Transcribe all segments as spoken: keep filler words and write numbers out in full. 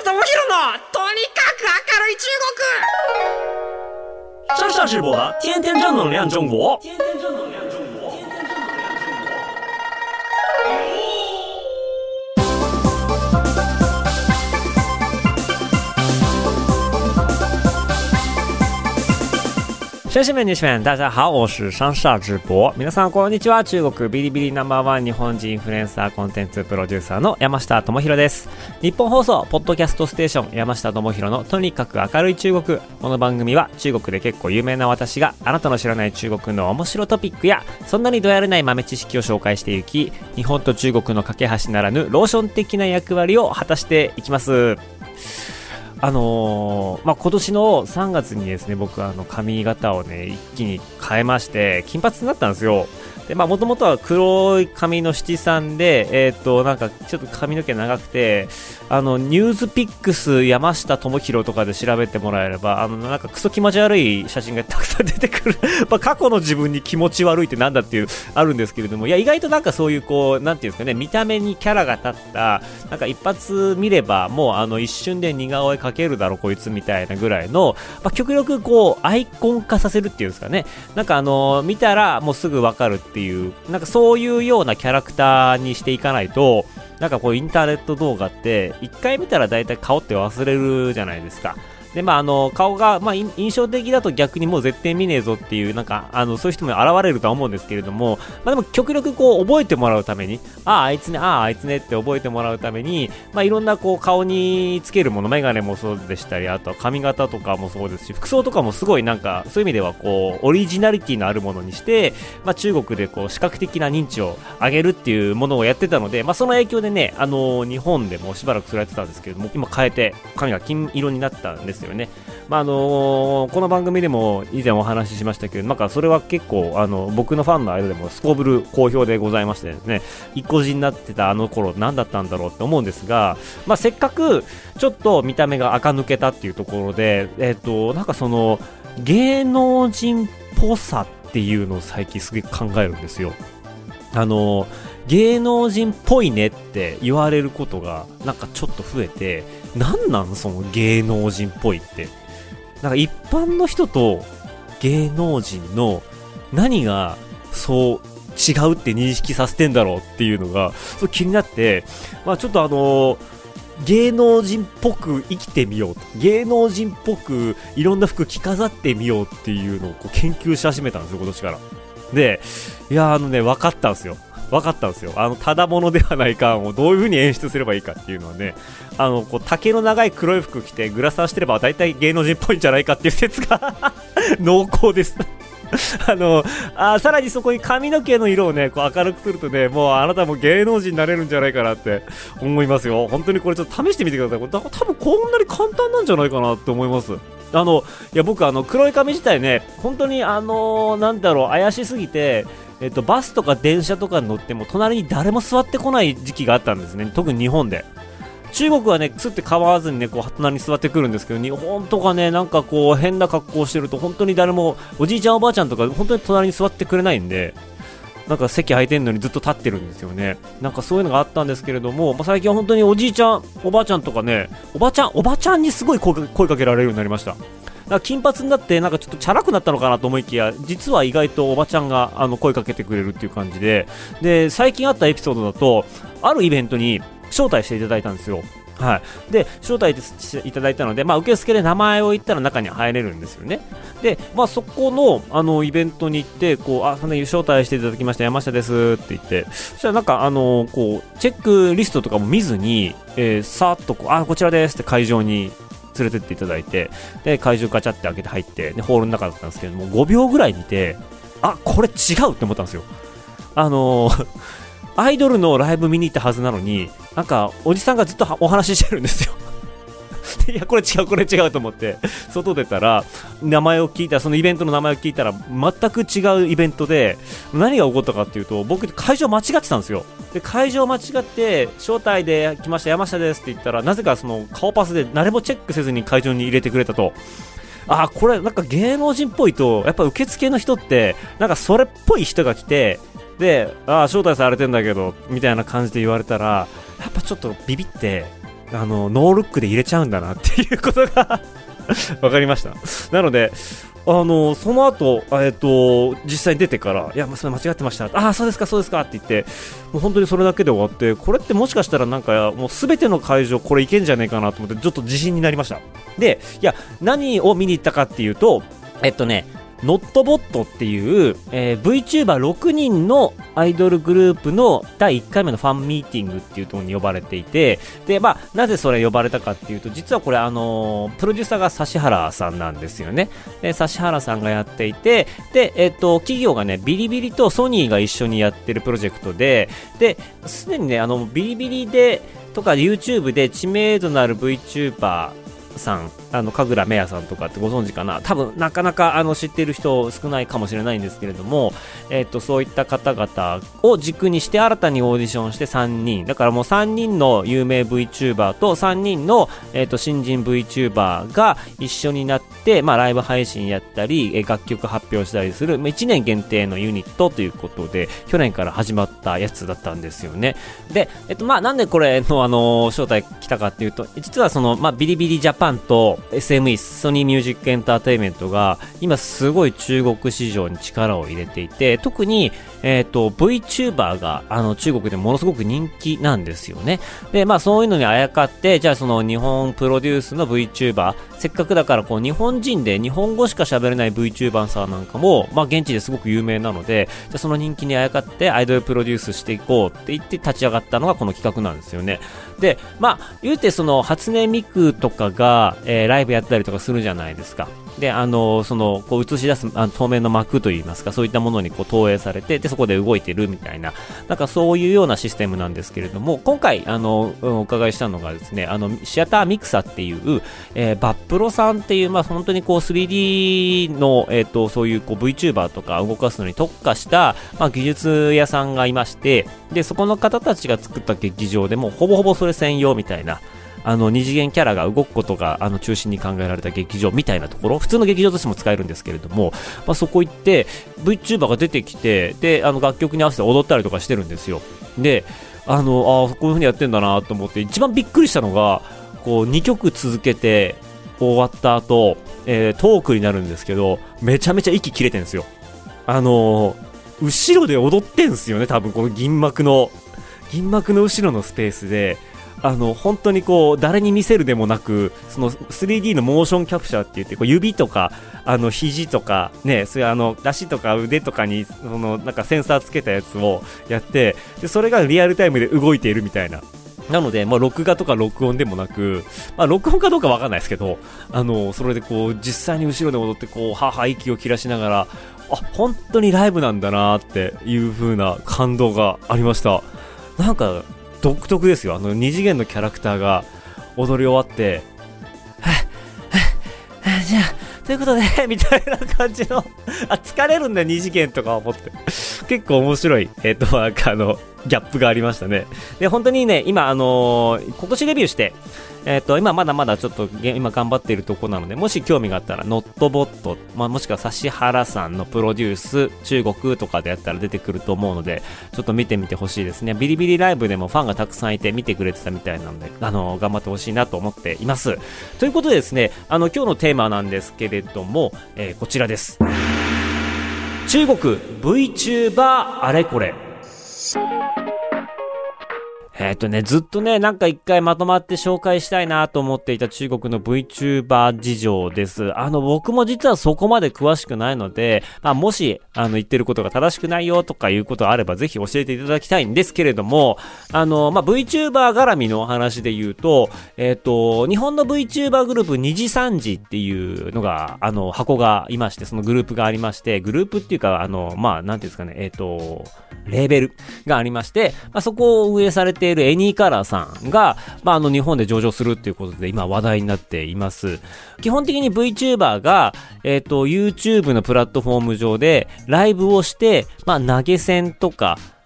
智弘のとにかく明るい中国。 上上直播的天天正能量中国。天天正能量中国。 先生们、女士们，大家好，我是上下直播。皆さんこんにちは。中国ビリビリナンバーワン日本人インフルエンサーコンテンツプロデューサーの山下智博です。日本放送ポッドキャストステーション山下智博のとにかく明るい中国。この番組は中国で結構有名な私があなたの知らない中国の面白トピックやそんなにどやれない豆知識を紹介していき、日本と中国の架け橋ならぬローション的な役割を果たしていきます。あのーまあ、今年のさんがつにですね、僕はあの髪型をね一気に変えまして金髪になったんですよ。で、まあもともとは黒い髪の七三で、えっとなんかちょっと髪の毛長くて、あのニュースピックス山下智博とかで調べてもらえれば、あのなんかクソ気持ち悪い写真がたくさん出てくるまあ過去の自分に気持ち悪いってなんだっていうあるんですけれども、いや意外となんかそういうこうなんていうんですかね、見た目にキャラが立ったなんか一発見ればもうあの一瞬で似顔絵描けるだろこいつみたいなぐらいの、まあ、極力こうアイコン化させるっていうんですかね、なんかあの見たらもうすぐわかるっていう、なんかそういうようなキャラクターにしていかないと、なんかこうインターネット動画って一回見たら大体顔って忘れるじゃないですか。で、まああの顔がまあ印象的だと逆にもう絶対見ねえぞっていう、なんかあのそういう人も現れるとは思うんですけれども、まあでも極力こう覚えてもらうために、あああいつね、あああいつねって覚えてもらうために、まあいろんなこう顔につけるもの、メガネもそうでしたり、あとは髪型とかもそうですし、服装とかもすごいなんかそういう意味ではこうオリジナリティのあるものにして、まあ中国でこう視覚的な認知を上げるっていうものをやってたので、まあその影響でね、あの日本でもしばらくそれやってたんですけれども、今変えて髪が金色になったんですよね。まああのー、この番組でも以前お話ししましたけど、なんかそれは結構あの僕のファンの間でもすこぶる好評でございましてですね、一個字になってたあの頃何だったんだろうって思うんですが、まあ、せっかくちょっと見た目が垢抜けたっていうところで、えっとなんかその芸能人っぽさっていうのを最近すげえ考えるんですよ。あの芸能人っぽいねって言われることがなんかちょっと増えて、なんなんその芸能人っぽいって、なんか一般の人と芸能人の何がそう違うって認識させてんだろうっていうのがそう気になって、まあちょっとあのー、芸能人っぽく生きてみようと、芸能人っぽくいろんな服着飾ってみようっていうのをこう研究し始めたんですよ、今年から。で、いやあのね分かったんですよ。分かったんですよ。あのただものではない感をどういう風に演出すればいいかっていうのはね、あのこう丈の長い黒い服着てグラサンしてれば大体芸能人っぽいんじゃないかっていう説が濃厚ですあのあさらにそこに髪の毛の色をねこう明るくするとね、もうあなたも芸能人になれるんじゃないかなって思いますよ。本当にこれちょっと試してみてください。これ多分こんなに簡単なんじゃないかなって思います。あのいや僕あの黒い髪自体ね、本当にあのー、なんだろう、怪しすぎて、えっと、バスとか電車とかに乗っても隣に誰も座ってこない時期があったんですね。特に日本で。中国はねつって構わずにねこう隣に座ってくるんですけど、日本とかねなんかこう変な格好してると本当に誰も、おじいちゃんおばあちゃんとか本当に隣に座ってくれないんで、なんか席空いてんのにずっと立ってるんですよね。なんかそういうのがあったんですけれども、まあ、最近は本当におじいちゃんおばあちゃんとかね、おばちゃんおばちゃんにすごい声か、声かけられるようになりました。なんか金髪になってなんかちょっとチャラくなったのかなと思いきや、実は意外とおばちゃんがあの声かけてくれるっていう感じで、で最近あったエピソードだと、あるイベントに招待していただいたんですよ。はい、で招待していただいたので、まあ、受付で名前を言ったら中に入れるんですよね。で、まあ、そこの、あのイベントに行ってこう、あ、その招待していただきました山下ですって言って、そしたらなんかあのこうチェックリストとかも見ずに、えー、さーっとこう、あ、こちらですって会場に連れてっていただいて、で会場ガチャって開けて入って、でホールの中だったんですけども、ごびょうぐらい見て、あ、これ違うって思ったんですよ。あのーアイドルのライブ見に行ったはずなのに、なんかおじさんがずっとお話ししてるんですよいやこれ違うこれ違うと思って外出たら、名前を聞いた、そのイベントの名前を聞いたら全く違うイベントで、何が起こったかっていうと、僕会場間違ってたんですよ。で会場間違って招待で来ました山下ですって言ったら、なぜかその顔パスで誰もチェックせずに会場に入れてくれたと。あ、これなんか芸能人っぽいと、やっぱ受付の人ってなんかそれっぽい人が来て、で、あ、招待されてんだけどみたいな感じで言われたら、やっぱちょっとビビって、 あのノールックで入れちゃうんだなっていうことがわかりました。なのであのその後、えっと実際に出てからいやそれ間違ってました、ああそうですかそうですかって言って、もう本当にそれだけで終わって、これってもしかしたらなんかもうすべての会場これいけんじゃねえかなと思ってちょっと自信になりました。でいや何を見に行ったかっていうと、えっとねノットボットっていう、えー、VTuber ろくにんのアイドルグループのだいいっかいめのファンミーティングっていうところに呼ばれていて、で、まあ、なぜそれ呼ばれたかっていうと、実はこれあのー、プロデューサーが指原さんなんですよね。で、指原さんがやっていて、で、えっと、企業がね、ビリビリとソニーが一緒にやってるプロジェクトで、で、すでにね、あの、ビリビリで、とか YouTube で知名度のある VTuber、さん、あの神楽メアさんとかってご存知かな、多分なかなかあの知っている人少ないかもしれないんですけれども、えー、とそういった方々を軸にして新たにオーディションしてさんにんだからもうさんにんの有名 VTuber とさんにんの、えー、と新人 VTuber が一緒になって、まあ、ライブ配信やったり、えー、楽曲発表したりするいちねん限定のユニットということで去年から始まったやつだったんですよね。で、えーとまあ、なんでこれの、あのー、招待来たかっていうと、実はその、まあ、ビリビリジャパンと エスエムイー ソニーミュージックエンターテインメントが今すごい中国市場に力を入れていて、特に、えー、と VTuber があの中国でものすごく人気なんですよね。で、まあそういうのにあやかって、じゃあその日本プロデュースの VTuber、せっかくだからこう日本人で日本語しか喋れない VTuber さんなんかも、まあ現地ですごく有名なので、じゃあその人気にあやかってアイドルプロデュースしていこうって言って立ち上がったのがこの企画なんですよね。で、まあ言うてその初音ミクとかが、えー、ライブやったりとかするじゃないですか。で、あのそのこう映し出すあの透明の幕といいますか、そういったものにこう投影されて、でそこで動いてるみたいな、なんかそういうようなシステムなんですけれども、今回あのお伺いしたのがですね、あのシアターミクサっていう、えー、バップロさんっていう、まあ本当にこう スリーディー のえっ、ー、とそういうこう VTuber とか動かすのに特化した、まあ、技術屋さんがいまして、でそこの方たちが作った劇場でもほぼほぼそれ専用みたいな、あの二次元キャラが動くことがあの中心に考えられた劇場みたいなところ、普通の劇場としても使えるんですけれども、まあ、そこ行って VTuber が出てきて、であの楽曲に合わせて踊ったりとかしてるんですよ。で、あのあこういう風にやってんだなと思って、一番びっくりしたのがこうにきょく続けて終わった後、えー、トークになるんですけど、めちゃめちゃ息切れてるんですよ。あのー、後ろで踊ってんですよね、多分この銀幕の銀幕の後ろのスペースで、あの本当にこう誰に見せるでもなく、その スリーディー のモーションキャプチャーって言って、こう指とかあの肘とかね、そういうあの足とか腕とかにそのなんかセンサーつけたやつをやって、でそれがリアルタイムで動いているみたいな。なので、まあ、録画とか録音でもなく、まあ、録音かどうかわかんないですけど、あのそれでこう実際に後ろで踊ってこうはは息を切らしながら、あ本当にライブなんだなっていう風な感動がありました。なんか独特ですよ。あの二次元のキャラクターが踊り終わって、はぁ、はぁ、じゃあということでみたいな感じのあ疲れるんだ二次元とか思って結構面白い、えっとなんかあのギャップがありましたね。で本当にね、今あのー、今年デビューして、えっと今まだまだちょっと今頑張っているところなので、もし興味があったらノットボット、まあ、もしくは指原さんのプロデュース中国とかでやったら出てくると思うので、ちょっと見てみてほしいですね。ビリビリライブでもファンがたくさんいて見てくれてたみたいなので、あのー、頑張ってほしいなと思っています。ということでですね、あの今日のテーマなんですけれども、えー、こちらです。中国 VTuber あれこれ。えっとね、ずっとね、なんか一回まとまって紹介したいなと思っていた中国の VTuber 事情です。あの、僕も実はそこまで詳しくないので、まあ、もし、あの、言ってることが正しくないよとかいうことがあれば、ぜひ教えていただきたいんですけれども、あの、まあ、VTuber 絡みのお話で言うと、えっと、日本の VTuber グループにじさんじっていうのが、あの、箱がいまして、そのグループがありまして、グループっていうか、あの、まあ、なんていうんですかね、えっと、レーベルがありまして、まあ、そこを運営されているエニーカラーさんが、まあ、あの日本で上場するっていうことで今話題になっています。基本的に VTuber が、えっと、YouTube のプラットフォーム上でライブをして、まあ、投げ銭とか、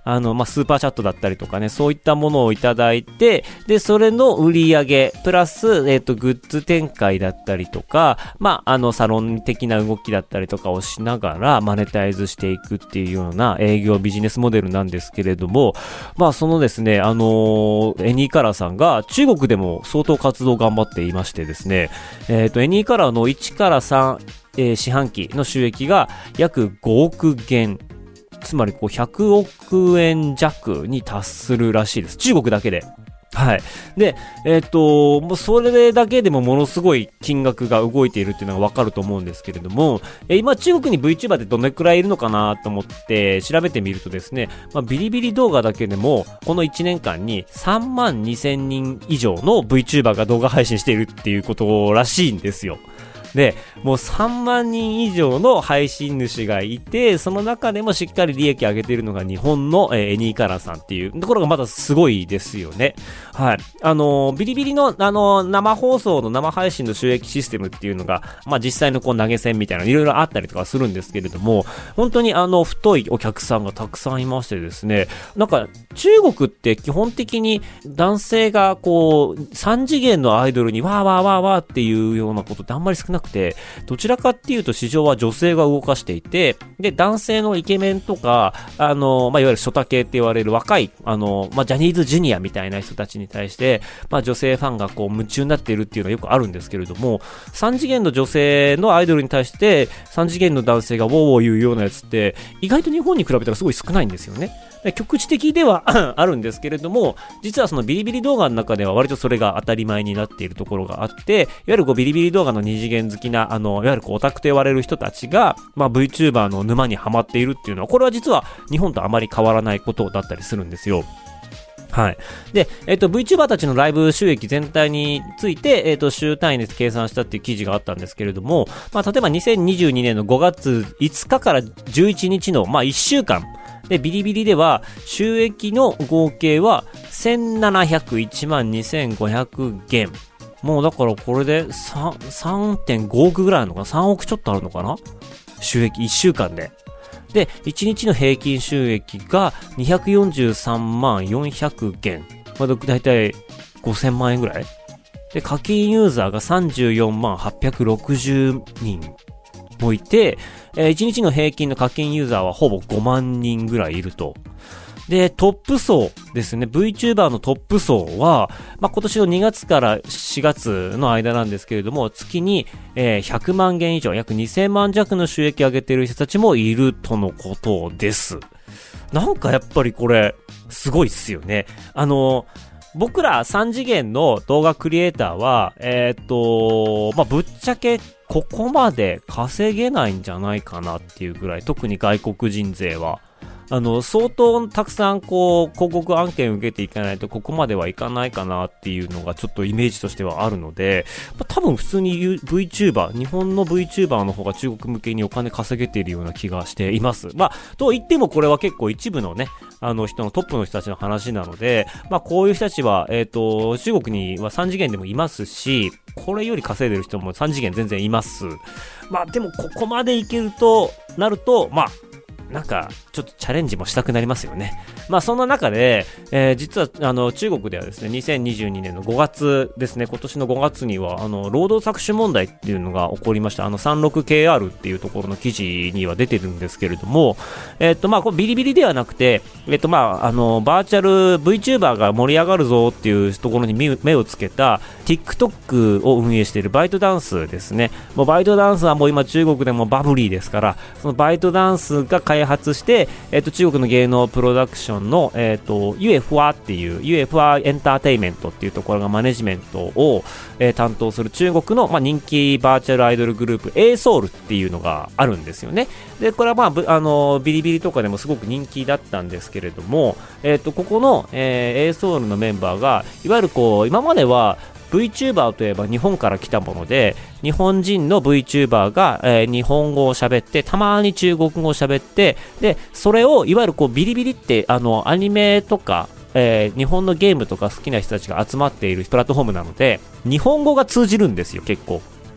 あの、まあ、スーパーチャットだったりとかね、そういったものをいただいて、で、それの売り上げ、プラス、えっと、グッズ展開だったりとか、まあ、あの、サロン的な動きだったりとかをしながら、マネタイズしていくっていうような営業ビジネスモデルなんですけれども、まあ、そのですね、あのー、エニーカラーさんが中国でも相当活動頑張っていましてですね、えっと、エニーカラーのいちからさん、えー、四半期の収益が約ごおくげん、つまりこうひゃくおくえん弱に達するらしいです。中国だけで。はい。で、えっと、もうそれだけでもものすごい金額が動いているっていうのがわかると思うんですけれども、え今中国に VTuber ってどのくらいいるのかなと思って調べてみるとですね、まあ、ビリビリ動画だけでもこのいちねんかんにさんまんにせんにん以上の VTuber が動画配信しているっていうことらしいんですよ。で、もうさんまんにん以上の配信主がいて、その中でもしっかり利益上げているのが日本の、えー、エニーカラーさんっていうところがまたすごいですよね。はい。あのー、ビリビリの、あのー、生放送の生配信の収益システムっていうのが、まあ、実際のこう投げ銭みたいなのいろいろあったりとかするんですけれども、本当にあの、太いお客さんがたくさんいましてですね、なんか、中国って基本的に男性がこう、三次元のアイドルにわーわーわーわーっていうようなことってあんまり少なくて、どちらかっていうと市場は女性が動かしていて、で、男性のイケメンとか、あの、まあ、いわゆるショタ系って言われる若い、あの、まあ、ジャニーズジュニアみたいな人たちに対して、まあ、女性ファンがこう夢中になっているっていうのはよくあるんですけれども、三次元の女性のアイドルに対して、三次元の男性がウォーウォー言うようなやつって、意外と日本に比べたらすごい少ないんですよね。局地的ではあるんですけれども、実はそのビリビリ動画の中では割とそれが当たり前になっているところがあって、いわゆるこうビリビリ動画の二次元好きな、あの、いわゆるこうオタクと言われる人たちが、まあ VTuber の沼にハマっているっていうのは、これは実は日本とあまり変わらないことだったりするんですよ。はい。で、えっと、VTuber たちのライブ収益全体について、えっと、週単位で計算したっていう記事があったんですけれども、まあ、例えばにせんにじゅうにねんのごがついつかからじゅういちにちの、まあ、いっしゅうかん、で、ビリビリでは収益の合計はせんななひゃくいちまんにせんごひゃくげん。もうだからこれで さんてんごおくぐらいあるのかな ?さんおくちょっとあるのかな収益いっしゅうかんで。で、いちにちの平均収益がにひゃくよんじゅうさんまんよんひゃくげん。まあ、だいたいごせんまんえんぐらいで、課金ユーザーがさんじゅうよんまんはっぴゃくろくじゅうにんもいて、えー、いちにちの平均の課金ユーザーはほぼごまんにんぐらいいると。で、トップ層ですね。VTuber のトップ層は、まあ、今年のにがつからしがつの間なんですけれども、月に、えー、ひゃくまんげん以上、約にせんまん弱の収益を上げている人たちもいるとのことです。なんかやっぱりこれ、すごいっすよね。あの、僕らさん次元の動画クリエイターは、えーっと、まあ、ぶっちゃけここまで稼げないんじゃないかなっていうぐらい、特に外国人勢は。あの、相当たくさんこう、広告案件受けていかないとここまではいかないかなっていうのがちょっとイメージとしてはあるので、まあ、多分普通に VTuber、日本の VTuber の方が中国向けにお金稼げているような気がしています。まあ、と言ってもこれは結構一部のね、あの人のトップの人たちの話なので、まあこういう人たちは、えっと、中国にはさん次元でもいますし、これより稼いでる人もさん次元全然います。まあでもここまでいけるとなると、まあ、なんかちょっとチャレンジもしたくなりますよね。まあそんな中で、えー、実はあの中国ではですねにせんにじゅうにねんのごがつですね、今年のごがつにはあの労働搾取問題っていうのが起こりました。あの さんじゅうろくケーアール っていうところの記事には出てるんですけれども、えっとまあこれビリビリではなくて、えっとまああのバーチャル VTuber が盛り上がるぞっていうところに目をつけた TikTok を運営しているバイトダンスですね。もうバイトダンスはもう今中国でもバブリーですから、そのバイトダンスが開発して、えっと、中国の芸能プロダクションの、えっと、ユーエフアー っていう、ユーエフアー エンターテイメントっていうところがマネジメントを、えー、担当する中国の、まあ、人気バーチャルアイドルグループ エーソウル っていうのがあるんですよね。で、これはまあ、あの、ビリビリとかでもすごく人気だったんですけれども、えっと、ここの、えー、エーソウル のメンバーが、いわゆるこう、今までは、VTuber といえば日本から来たもので、日本人の VTuber が、えー、日本語を喋って、たまに中国語を喋って、で、それをいわゆるこうビリビリって、あの、アニメとか、えー、日本のゲームとか好きな人たちが集まっているプラットフォームなので、日本語が通じるんですよ、結構。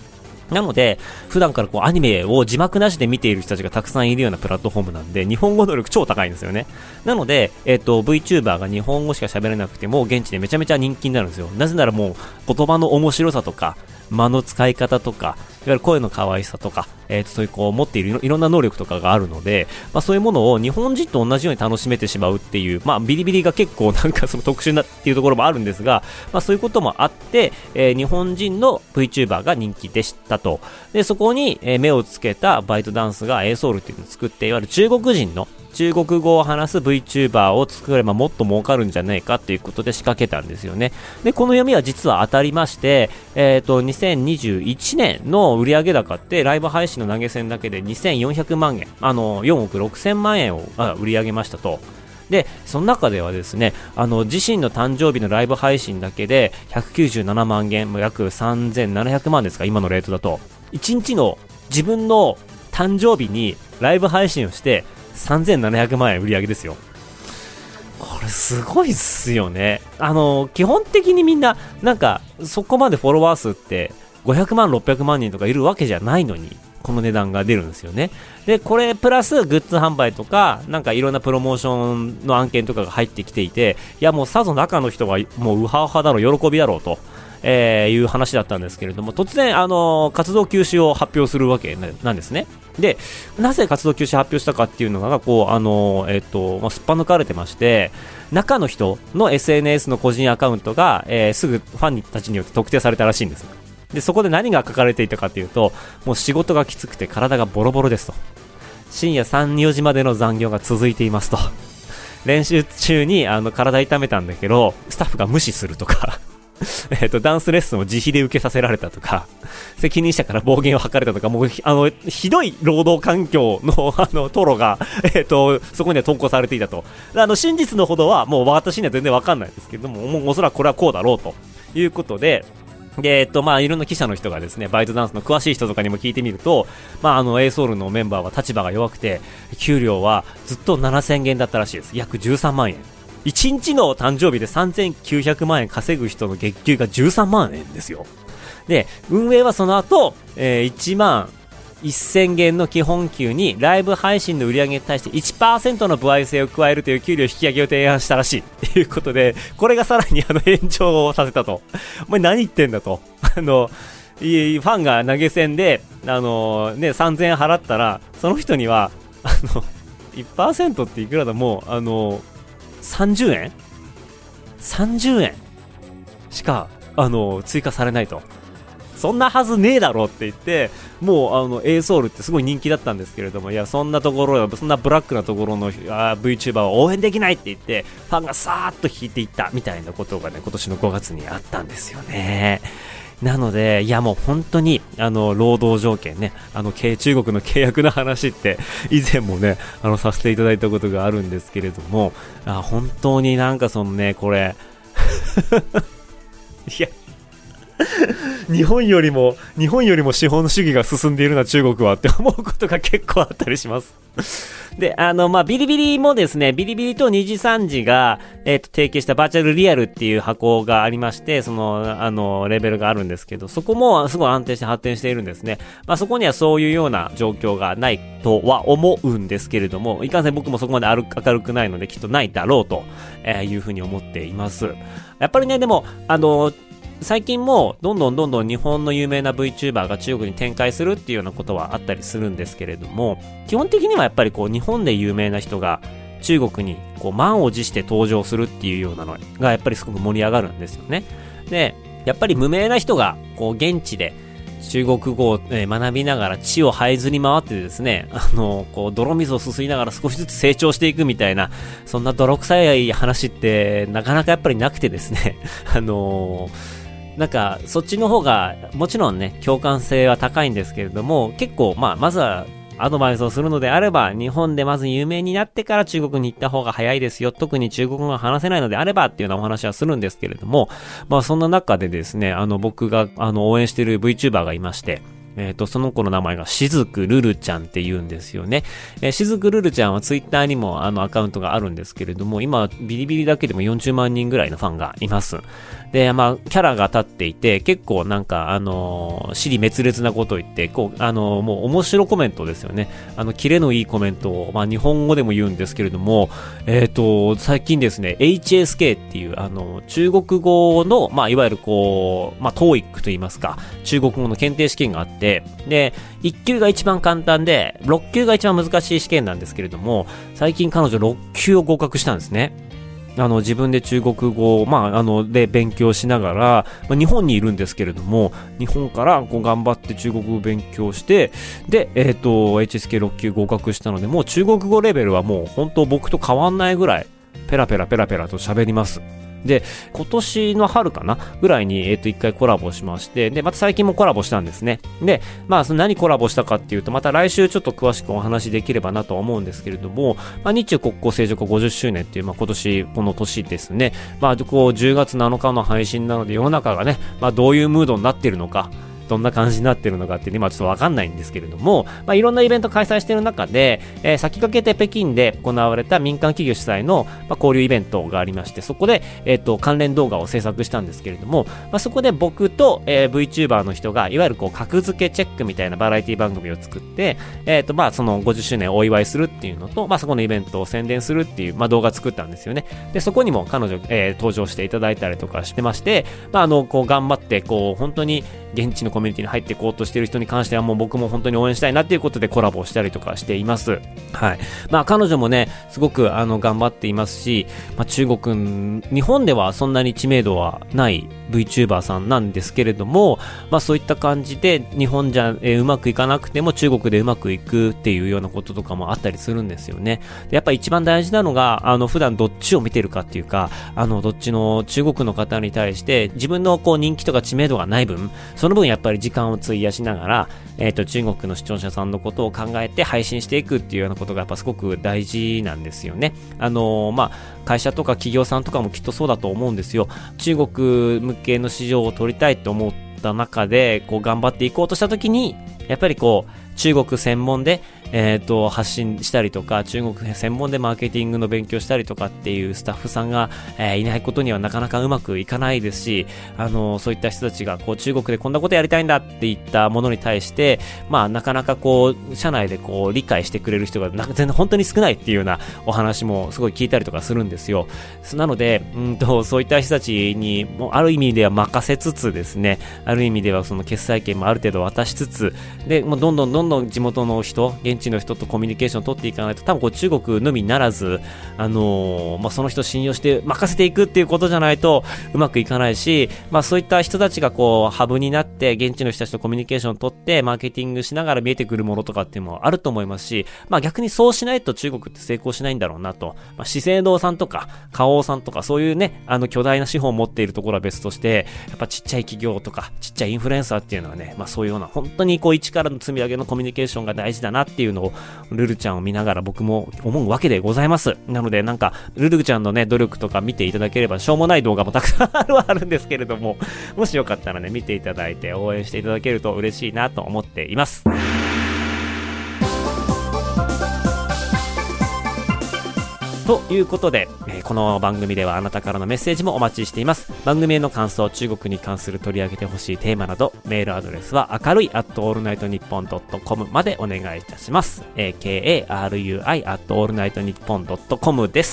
なので、普段からこうアニメを字幕なしで見ている人たちがたくさんいるようなプラットフォームなんで、日本語能力超高いんですよね。なので、えっと、VTuber が日本語しか喋れなくても、現地でめちゃめちゃ人気になるんですよ。なぜならもう、言葉の面白さとか、間の使い方とか、いわゆる声の可愛さとか、えー、とそういうこう持っているいろんな能力とかがあるので、まあ、そういうものを日本人と同じように楽しめてしまうっていう、まあ、ビリビリが結構なんかその特殊なっていうところもあるんですが、まあ、そういうこともあって、えー、日本人の VTuber が人気でしたと。でそこに、えー、目をつけたバイトダンスが エーソウル っていうのを作って、いわゆる中国人の中国語を話す VTuber を作ればもっと儲かるんじゃないかということで仕掛けたんですよね。でこの読みは実は当たりまして、えー、とにせんにじゅういちねんの売上高ってライブ配信の投げ銭だけでにせんよんひゃくまんえん、あのよんおくろくせんまんえんを売り上げましたと。でその中ではですね、あの自身の誕生日のライブ配信だけでひゃくきゅうじゅうななまんえん、約さんぜんななひゃくまんですか、今のレートだと。いちにちの自分の誕生日にライブ配信をしてさんぜんななひゃくまんえん売り上げですよ。これすごいっすよね。あの基本的にみんななんかそこまでフォロワー数ってごひゃくまんろっぴゃくまんにんとかいるわけじゃないのに、この値段が出るんですよね。でこれプラスグッズ販売とかなんかいろんなプロモーションの案件とかが入ってきていて、いやもうさぞ中の人がもうウハウハだろう、喜びだろうと、えー、いう話だったんですけれども、突然あの活動休止を発表するわけなんですね。でなぜ活動休止発表したかっていうのがこうあの、えっとまあ、すっぱ抜かれてまして、中の人の エスエヌエス の個人アカウントが、えー、すぐファンたちによって特定されたらしいんです。でそこで何が書かれていたかというと、もう仕事がきつくて体がボロボロですと、深夜さん、よじまでの残業が続いていますと、練習中にあの体痛めたんだけどスタッフが無視するとかえっとダンスレッスンを自費で受けさせられたとか、責任者から暴言を吐かれたとか、もうあのひどい労働環境のあのトロが、えっとそこには投稿されていたと。あの真実のほどはもう私には全然わかんないですけども、もうおそらくこれはこうだろうということで、で、えっと、まあ、いろんな記者の人がですね、バイトダンスの詳しい人とかにも聞いてみると、まあ、あの、エーソウルのメンバーは立場が弱くて、給料はずっとななせんえんだったらしいです。約じゅうさんまんえん。いちにちの誕生日でさんぜんきゅうひゃくまんえん稼ぐ人の月給がじゅうさんまんえんですよ。で、運営はその後、えー、いちまんせんえんの基本給にライブ配信の売り上げに対して いちパーセント の歩合制を加えるという給料引き上げを提案したらしいということで、これがさらにあの延長をさせたと。お前何言ってんだと。あのファンが投げ銭であの、ね、さんぜんえん払ったら、その人にはあの いちパーセント っていくらだ、もうあのさんじゅうえんさんじゅうえんしかあの追加されないと。そんなはずねえだろって言って、もうあの エーソウルってすごい人気だったんですけれども、いやそんなところ、そんなブラックなところのあ VTuber を応援できないって言って、ファンがさーっと引いていったみたいなことがね、今年のごがつにあったんですよね。なので、いやもう本当にあの労働条件ね、あの中国の契約の話って以前もね、あのさせていただいたことがあるんですけれども、あ本当になんかそのね、これいや日本よりも日本よりも資本主義が進んでいるな中国はって思うことが結構あったりしますで、あのまあビリビリもですね、ビリビリとにじさんじがえっと提携したバーチャルリアルっていう箱がありまして、そのあのレベルがあるんですけど、そこもすごい安定して発展しているんですね。まあそこにはそういうような状況がないとは思うんですけれども、いかんせん僕もそこまで明るくないのできっとないだろうというふうに思っています。やっぱりね、でもあの最近もどんどんどんどん日本の有名な VTuber が中国に展開するっていうようなことはあったりするんですけれども、基本的にはやっぱりこう日本で有名な人が中国にこう満を持して登場するっていうようなのがやっぱりすごく盛り上がるんですよね。で、やっぱり無名な人がこう現地で中国語を学びながら地を這いずり回ってですね、あのこう泥水をすすいながら少しずつ成長していくみたいな、そんな泥臭い話ってなかなかやっぱりなくてですね、あのーなんかそっちの方がもちろんね共感性は高いんですけれども、結構まあまずはアドバイスをするのであれば、日本でまず有名になってから中国に行った方が早いですよ、特に中国語が話せないのであればっていうようなお話はするんですけれども、まあそんな中でですね、あの僕があの応援している VTuber がいまして、 えっと、その子の名前がしずくるるちゃんって言うんですよね。えー、しずくるるちゃんはツイッターにもあのアカウントがあるんですけれども、今、ビリビリだけでもよんじゅうまんにんぐらいのファンがいます。で、まあ、キャラが立っていて、結構なんか、あのー、尻滅裂なことを言って、こう、あのー、もう面白コメントですよね。あの、キレのいいコメントを、まあ、日本語でも言うんですけれども、えっと、最近ですね、エイチエスケー っていう、あの、中国語の、まあ、いわゆるこう、まあ、トーイック と言いますか、中国語の検定試験があって、で、いっ級が一番簡単で、ろっ級が一番難しい試験なんですけれども、最近彼女ろっ級を合格したんですね。あの、自分で中国語を、まあ、あの、で勉強しながら、まあ、日本にいるんですけれども、日本からこう頑張って中国語を勉強して、で、えっと、エイチエスケーろっ級合格したので、もう中国語レベルはもう本当僕と変わんないぐらい、ペラペラペラペラと喋ります。で、今年の春かなぐらいに、えっと、一回コラボしまして、で、また最近もコラボしたんですね。で、まあ、その何コラボしたかっていうと、また来週ちょっと詳しくお話できればなと思うんですけれども、まあ、日中国交正常化ごじゅっしゅうねんっていう、まあ、今年、この年ですね。まあ、こう、じゅうがつなのかの配信なので、世の中がね、まあ、どういうムードになっているのか、どんな感じになってるのかっていうのはちょっとわかんないんですけれども、まあ、いろんなイベント開催している中で、えー、先駆けて北京で行われた民間企業主催の、まあ、交流イベントがありまして、そこで、えっと、関連動画を制作したんですけれども、まあ、そこで僕と、えー、VTuber の人が、いわゆるこう、格付けチェックみたいなバラエティ番組を作って、えっと、まあ、そのごじゅっしゅうねんをお祝いするっていうのと、まあ、そこのイベントを宣伝するっていう、まあ、動画作ったんですよね。で、そこにも彼女、えー、登場していただいたりとかしてまして、まあ、あの、こう、頑張って、こう、本当に、現地のコミュニティに入っていこうとしている人に関してはもう僕も本当に応援したいなっていうことでコラボをしたりとかしています。はい。まあ彼女もね、すごくあの頑張っていますし、まあ中国、日本ではそんなに知名度はない VTuber さんなんですけれども、まあそういった感じで日本じゃ、えー、うまくいかなくても中国でうまくいくっていうようなこととかもあったりするんですよね。でやっぱ一番大事なのが、あの普段どっちを見てるかっていうか、あのどっちの中国の方に対して自分のこう人気とか知名度がない分、その分やっぱり時間を費やしながら、えっと、中国の視聴者さんのことを考えて配信していくっていうようなことがやっぱすごく大事なんですよね。あのー、まあ、会社とか企業さんとかもきっとそうだと思うんですよ。中国向けの市場を取りたいと思った中で、こう頑張っていこうとしたときに、やっぱりこう、中国専門で、えっと、発信したりとか、中国専門でマーケティングの勉強したりとかっていうスタッフさんが、えー、いないことにはなかなかうまくいかないですし、あの、そういった人たちが、こう、中国でこんなことやりたいんだっていったものに対して、まあ、なかなかこう、社内でこう、理解してくれる人がな全然本当に少ないっていうようなお話もすごい聞いたりとかするんですよ。なので、うんと、そういった人たちに、もうある意味では任せつつですね、ある意味ではその決済権もある程度渡しつつ、で、もうどんどんどんどん地元の人、現地の人とコミュニケーションを取っていかないと、多分こう中国のみならず、あのー、まあ、その人を信用して任せていくっていうことじゃないとうまくいかないし、まあ、そういった人たちがこうハブになって現地の人たちとコミュニケーションを取ってマーケティングしながら見えてくるものとかっていうのもあると思いますし、まあ、逆にそうしないと中国って成功しないんだろうなと、まあ、資生堂さんとか花王さんとかそういうね、あの巨大な資本を持っているところは別として、やっぱちっちゃい企業とかちっちゃいインフルエンサーっていうのはね、まあ、そういうような本当にこう一からの積み上げのコミュニケーションが大事だなっていうのをルルちゃんを見ながら僕も思うわけでございます。なのでなんかルルちゃんのね努力とか見ていただければしょうもない動画もたくさんあるはあるんですけれども、もしよかったらね見ていただいて応援していただけると嬉しいなと思っています。ということで、えー、この番組ではあなたからのメッセージもお待ちしています。番組への感想、中国に関する取り上げてほしいテーマなど、メールアドレスは明るい アットオールナイトニッポンドットコム までお願いいたします。えー、ケーエーアールユーアイ アットオールナイトニッポンドットコム です。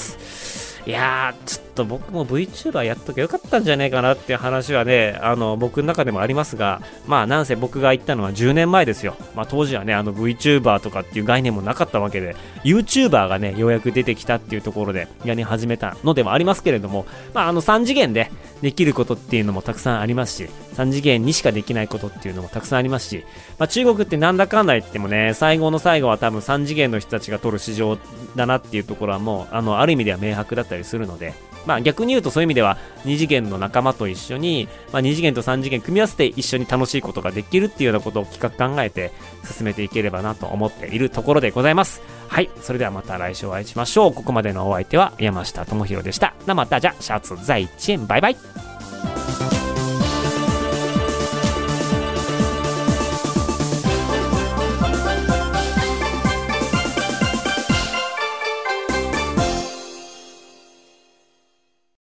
いやー、ちょっと僕も VTuber やっときゃよかったんじゃねえかなっていう話はね、あの僕の中でもありますが、まあなんせ僕が行ったのはじゅうねんまえですよ。まあ当時はね、あの VTuber とかっていう概念もなかったわけで、YouTuber がねようやく出てきたっていうところでやり始めたのではありますけれども、まああのさん次元でできることっていうのもたくさんありますし、さん次元にしかできないことっていうのもたくさんありますし、まあ中国ってなんだかんだ言ってもね、最後の最後は多分さん次元の人たちが取る市場だなっていうところはもうあのある意味では明白だったりするので、まあ逆に言うとそういう意味ではに次元の仲間と一緒に、まあ、に次元とさん次元組み合わせて一緒に楽しいことができるっていうようなことを企画考えて進めていければなと思っているところでございます。はい、それではまた来週お会いしましょう。ここまでのお相手は山下智博でした。那またじゃシャツ在地バイバイ。